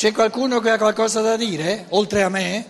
C'è qualcuno che ha qualcosa da dire, oltre a me?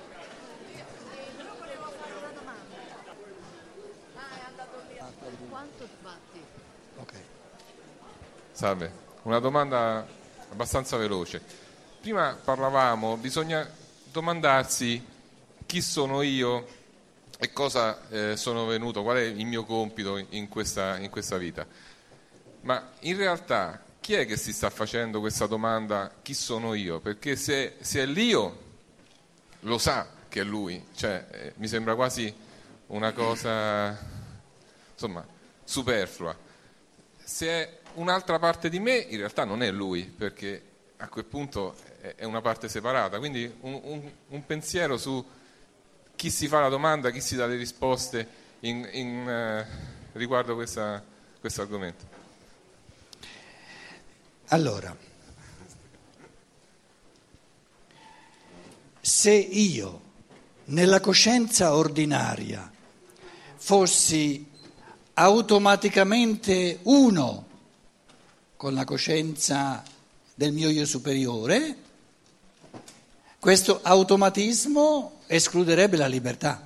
Ok. Salve, una domanda abbastanza veloce. Prima parlavamo, bisogna domandarsi chi sono io e cosa sono venuto, qual è il mio compito in questa vita. Ma in realtà chi è che si sta facendo questa domanda, chi sono io? Perché se è l'io, lo sa che è lui, cioè mi sembra quasi una cosa, insomma, superflua. Se è un'altra parte di me, in realtà non è lui, perché a quel punto è una parte separata. Quindi un pensiero su chi si fa la domanda, chi si dà le risposte riguardo questo argomento. Allora, se io nella coscienza ordinaria fossi automaticamente uno con la coscienza del mio io superiore, questo automatismo escluderebbe la libertà.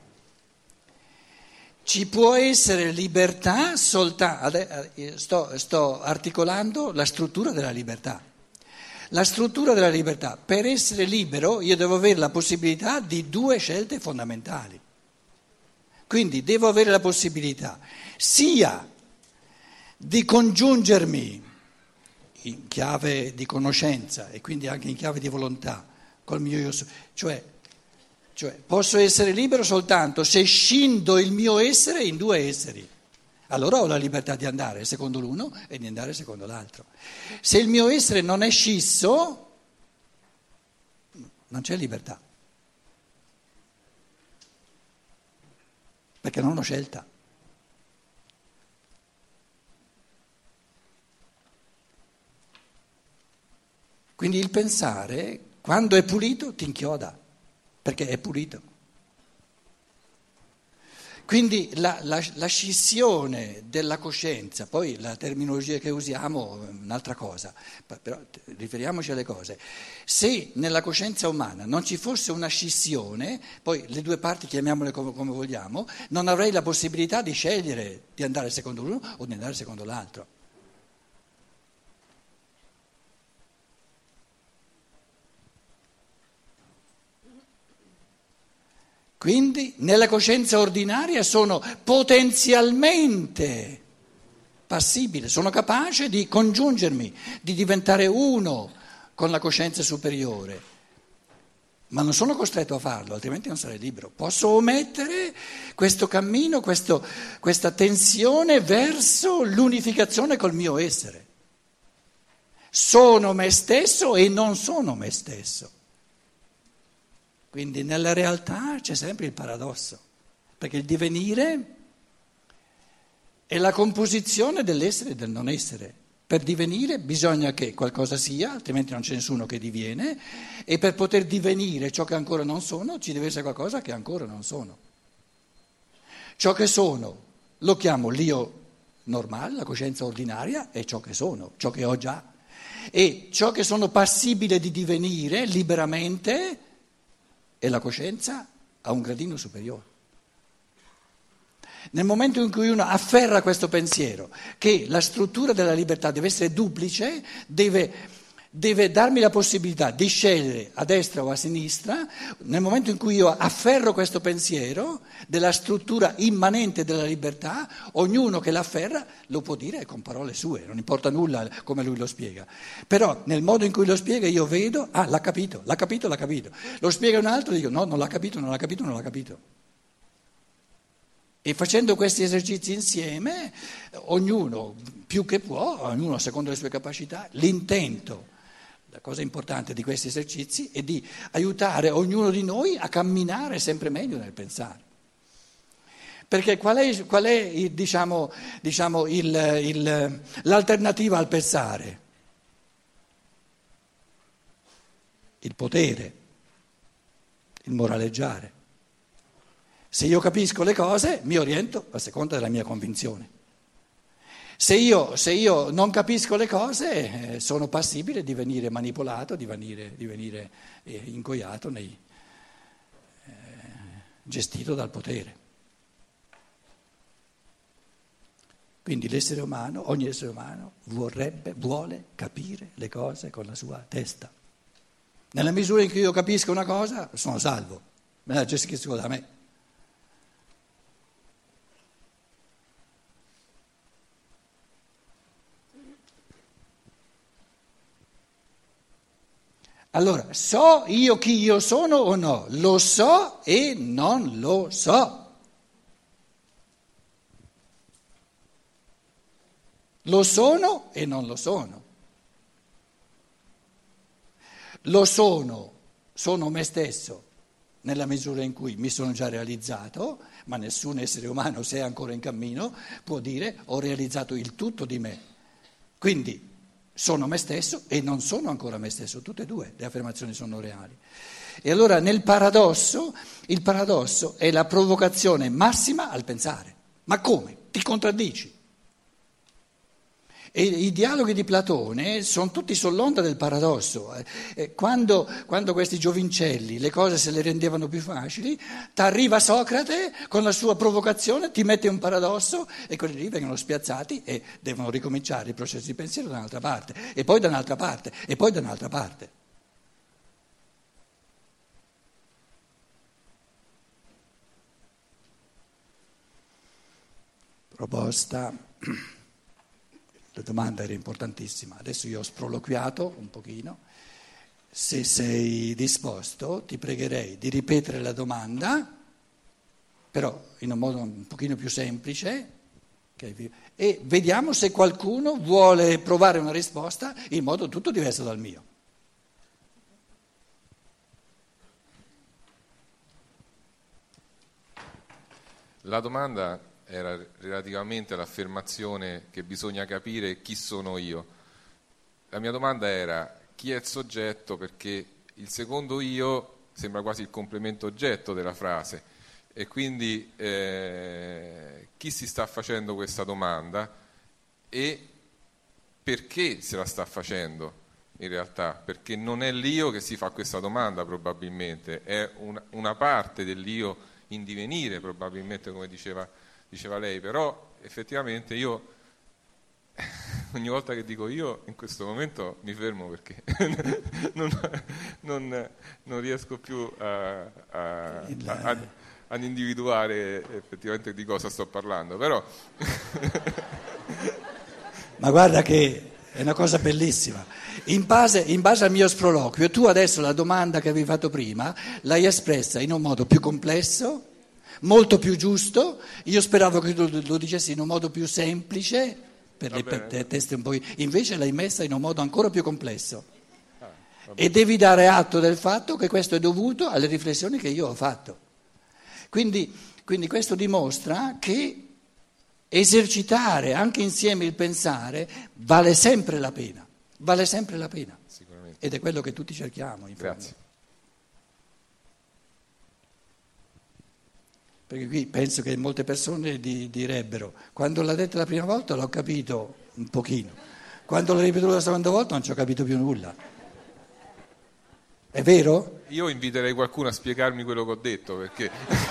Ci può essere libertà soltanto, sto articolando la struttura della libertà. La struttura della libertà, per essere libero io devo avere la possibilità di due scelte fondamentali. Quindi devo avere la possibilità sia di congiungermi in chiave di conoscenza e quindi anche in chiave di volontà col mio io, cioè posso essere libero soltanto se scindo il mio essere in due esseri. Allora ho la libertà di andare secondo l'uno e di andare secondo l'altro. Se il mio essere non è scisso, non c'è libertà, perché non ho scelta. Quindi il pensare, quando è pulito, ti inchioda, perché è pulito. Quindi la scissione della coscienza, poi la terminologia che usiamo è un'altra cosa, però riferiamoci alle cose. Se nella coscienza umana non ci fosse una scissione, poi le due parti chiamiamole come vogliamo, non avrei la possibilità di scegliere di andare secondo l'uno o di andare secondo l'altro. Quindi nella coscienza ordinaria sono potenzialmente passibile, sono capace di congiungermi, di diventare uno con la coscienza superiore, ma non sono costretto a farlo, altrimenti non sarei libero. Posso omettere questo cammino, questa tensione verso l'unificazione col mio essere. Sono me stesso e non sono me stesso. Quindi nella realtà c'è sempre il paradosso, perché il divenire è la composizione dell'essere e del non essere. Per divenire bisogna che qualcosa sia, altrimenti non c'è nessuno che diviene, e per poter divenire ciò che ancora non sono ci deve essere qualcosa che ancora non sono. Ciò che sono lo chiamo l'io normale, la coscienza ordinaria, è ciò che sono, ciò che ho già. E ciò che sono passibile di divenire liberamente è la coscienza a un gradino superiore. Nel momento in cui uno afferra questo pensiero, che la struttura della libertà deve essere duplice, deve darmi la possibilità di scegliere a destra o a sinistra, nel momento in cui io afferro questo pensiero della struttura immanente della libertà, ognuno che l'afferra lo può dire con parole sue, non importa nulla come lui lo spiega. Però nel modo in cui lo spiega io vedo, l'ha capito. Lo spiega un altro e dico no, non l'ha capito. E facendo questi esercizi insieme, ognuno più che può, ognuno secondo le sue capacità, l'intento. La cosa importante di questi esercizi è di aiutare ognuno di noi a camminare sempre meglio nel pensare. Perché qual è l'alternativa al pensare? Il potere, il moraleggiare. Se io capisco le cose, mi oriento a seconda della mia convinzione. Se io non capisco le cose, sono passibile di venire manipolato, di venire ingoiato, gestito dal potere. Quindi ogni essere umano vuole capire le cose con la sua testa. Nella misura in cui io capisco una cosa, sono salvo, me la gestisco da me. Allora, so io chi io sono o no? Lo so e non lo so. Lo sono e non lo sono. Lo sono me stesso nella misura in cui mi sono già realizzato, ma nessun essere umano, se è ancora in cammino, può dire ho realizzato il tutto di me. Quindi sono me stesso e non sono ancora me stesso, tutte e due le affermazioni sono reali. E allora il paradosso è la provocazione massima al pensare. Ma come? Ti contraddici. E i dialoghi di Platone sono tutti sull'onda del paradosso. Quando questi giovincelli le cose se le rendevano più facili, t'arriva Socrate con la sua provocazione, ti mette un paradosso e quelli lì vengono spiazzati e devono ricominciare il processo di pensiero da un'altra parte, e poi da un'altra parte, e poi da un'altra parte. Proposta. La domanda era importantissima, adesso io ho sproloquiato un pochino, se sei disposto ti pregherei di ripetere la domanda, però in un modo un pochino più semplice, e vediamo se qualcuno vuole provare una risposta in modo tutto diverso dal mio. La domanda era relativamente all'affermazione che bisogna capire chi sono io. La mia domanda era chi è il soggetto, perché il secondo io sembra quasi il complemento oggetto della frase, e quindi chi si sta facendo questa domanda e perché se la sta facendo in realtà, perché non è l'io che si fa questa domanda probabilmente, è una parte dell'io in divenire probabilmente, come diceva lei, però effettivamente io ogni volta che dico io in questo momento mi fermo perché non riesco più ad individuare effettivamente di cosa sto parlando, però ma guarda che è una cosa bellissima. In base al mio sproloquio, tu adesso la domanda che avevi fatto prima l'hai espressa in un modo più complesso, molto più giusto. Io speravo che tu lo dicessi in un modo più semplice per le teste un po', invece l'hai messa in un modo ancora più complesso. E devi dare atto del fatto che questo è dovuto alle riflessioni che io ho fatto. Quindi questo dimostra che esercitare anche insieme il pensare vale sempre la pena, sicuramente. Ed è quello che tutti cerchiamo in Grazie. fondo. Perché qui penso che molte persone direbbero, quando l'ha detta la prima volta l'ho capito un pochino, quando l'ho ripetuto la seconda volta non ci ho capito più nulla. È vero? Io inviterei qualcuno a spiegarmi quello che ho detto, perché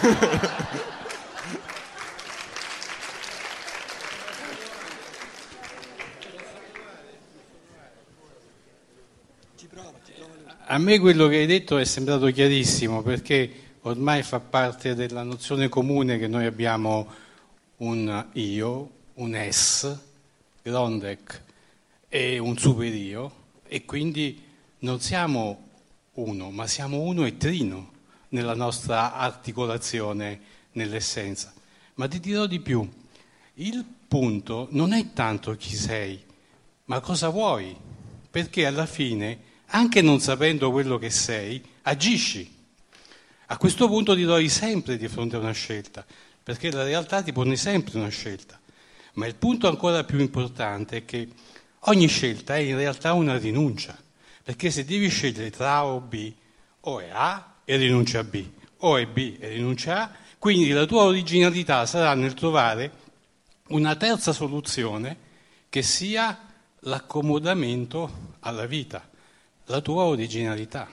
a me quello che hai detto è sembrato chiarissimo, perché ormai fa parte della nozione comune che noi abbiamo un io, un es, Grondek, e un superio, e quindi non siamo uno, ma siamo uno e trino nella nostra articolazione, nell'essenza. Ma ti dirò di più, il punto non è tanto chi sei, ma cosa vuoi, perché alla fine, anche non sapendo quello che sei, agisci. A questo punto ti trovi sempre di fronte a una scelta, perché la realtà ti pone sempre una scelta. Ma il punto ancora più importante è che ogni scelta è in realtà una rinuncia, perché se devi scegliere tra A o B, o è A e rinuncia a B, o è B e rinuncia a A, quindi la tua originalità sarà nel trovare una terza soluzione che sia l'accomodamento alla vita, la tua originalità.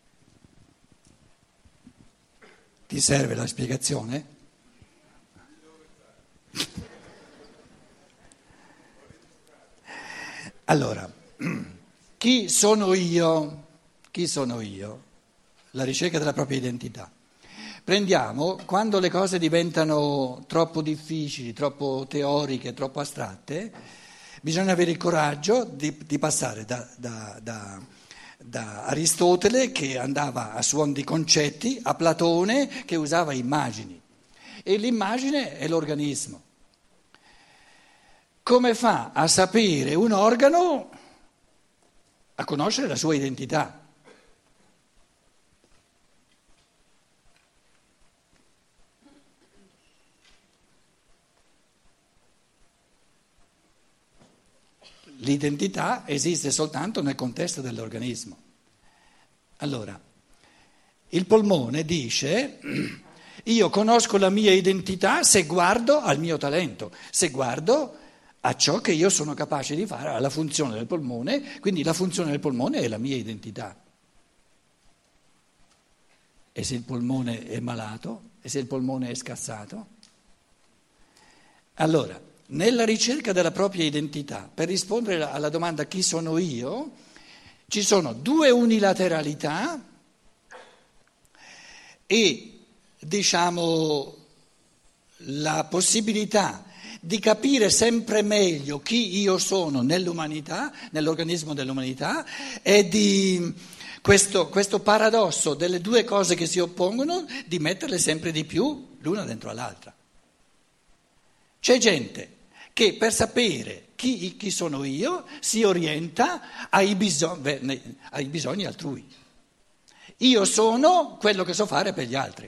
Ti serve la spiegazione? Allora, chi sono io? Chi sono io? La ricerca della propria identità. Prendiamo, quando le cose diventano troppo difficili, troppo teoriche, troppo astratte, bisogna avere il coraggio di passare da Aristotele, che andava a suon di concetti, a Platone, che usava immagini. E l'immagine è l'organismo. Come fa a sapere un organo a conoscere la sua identità? L'identità esiste soltanto nel contesto dell'organismo. Allora, il polmone dice: io conosco la mia identità se guardo al mio talento, se guardo a ciò che io sono capace di fare, alla funzione del polmone, quindi la funzione del polmone è la mia identità. E se il polmone è malato? E se il polmone è scassato? Allora, nella ricerca della propria identità, per rispondere alla domanda chi sono io, ci sono due unilateralità e, diciamo, la possibilità di capire sempre meglio chi io sono nell'umanità, nell'organismo dell'umanità, e di questo paradosso delle due cose che si oppongono, di metterle sempre di più l'una dentro l'altra. C'è gente che per sapere chi sono io si orienta ai bisogni altrui. Io sono quello che so fare per gli altri.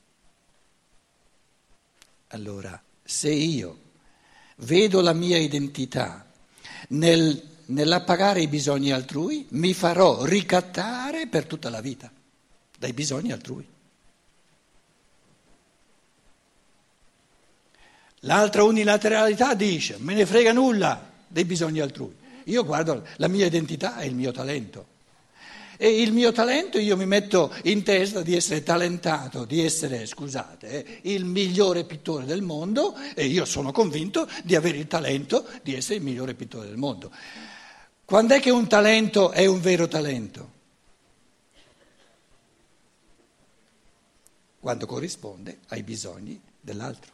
Allora, se io vedo la mia identità nell'appagare i bisogni altrui, mi farò ricattare per tutta la vita dai bisogni altrui. L'altra unilateralità dice: me ne frega nulla dei bisogni altrui, io guardo la mia identità e il mio talento. E il mio talento, io mi metto in testa di essere talentato, di essere, scusate, il migliore pittore del mondo, e io sono convinto di avere il talento di essere il migliore pittore del mondo. Quando è che un talento è un vero talento? Quando corrisponde ai bisogni dell'altro.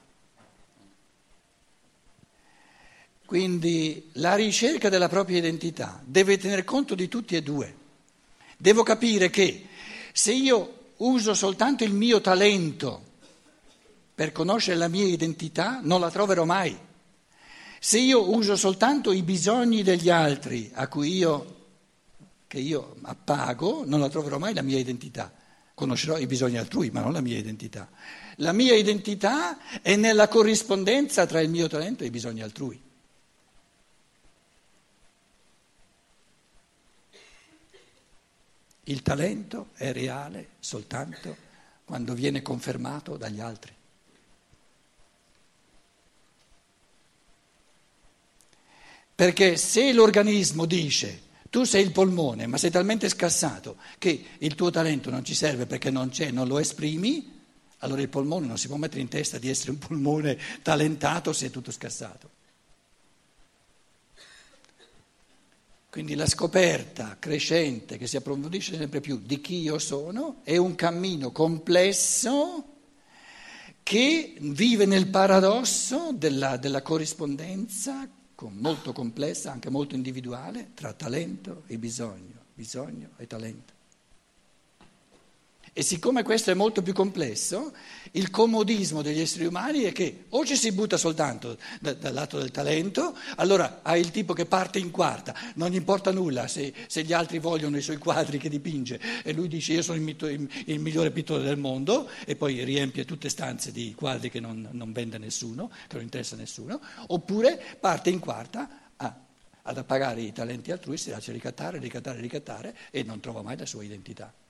Quindi la ricerca della propria identità deve tener conto di tutti e due. Devo capire che se io uso soltanto il mio talento per conoscere la mia identità, non la troverò mai. Se io uso soltanto i bisogni degli altri che io appago, non la troverò mai la mia identità. Conoscerò i bisogni altrui, ma non la mia identità. La mia identità è nella corrispondenza tra il mio talento e i bisogni altrui. Il talento è reale soltanto quando viene confermato dagli altri. Perché se l'organismo dice: tu sei il polmone, ma sei talmente scassato che il tuo talento non ci serve perché non c'è, non lo esprimi, allora il polmone non si può mettere in testa di essere un polmone talentato se è tutto scassato. Quindi la scoperta crescente che si approfondisce sempre più di chi io sono è un cammino complesso che vive nel paradosso della corrispondenza molto complessa, anche molto individuale, tra talento e bisogno e talento. E siccome questo è molto più complesso, il comodismo degli esseri umani è che o ci si butta soltanto dal lato del talento, allora hai il tipo che parte in quarta, non gli importa nulla se gli altri vogliono i suoi quadri che dipinge e lui dice io sono il migliore pittore del mondo e poi riempie tutte stanze di quadri che non vende nessuno, che non interessa a nessuno, oppure parte in quarta ad appagare i talenti altrui, si lascia ricattare e non trova mai la sua identità.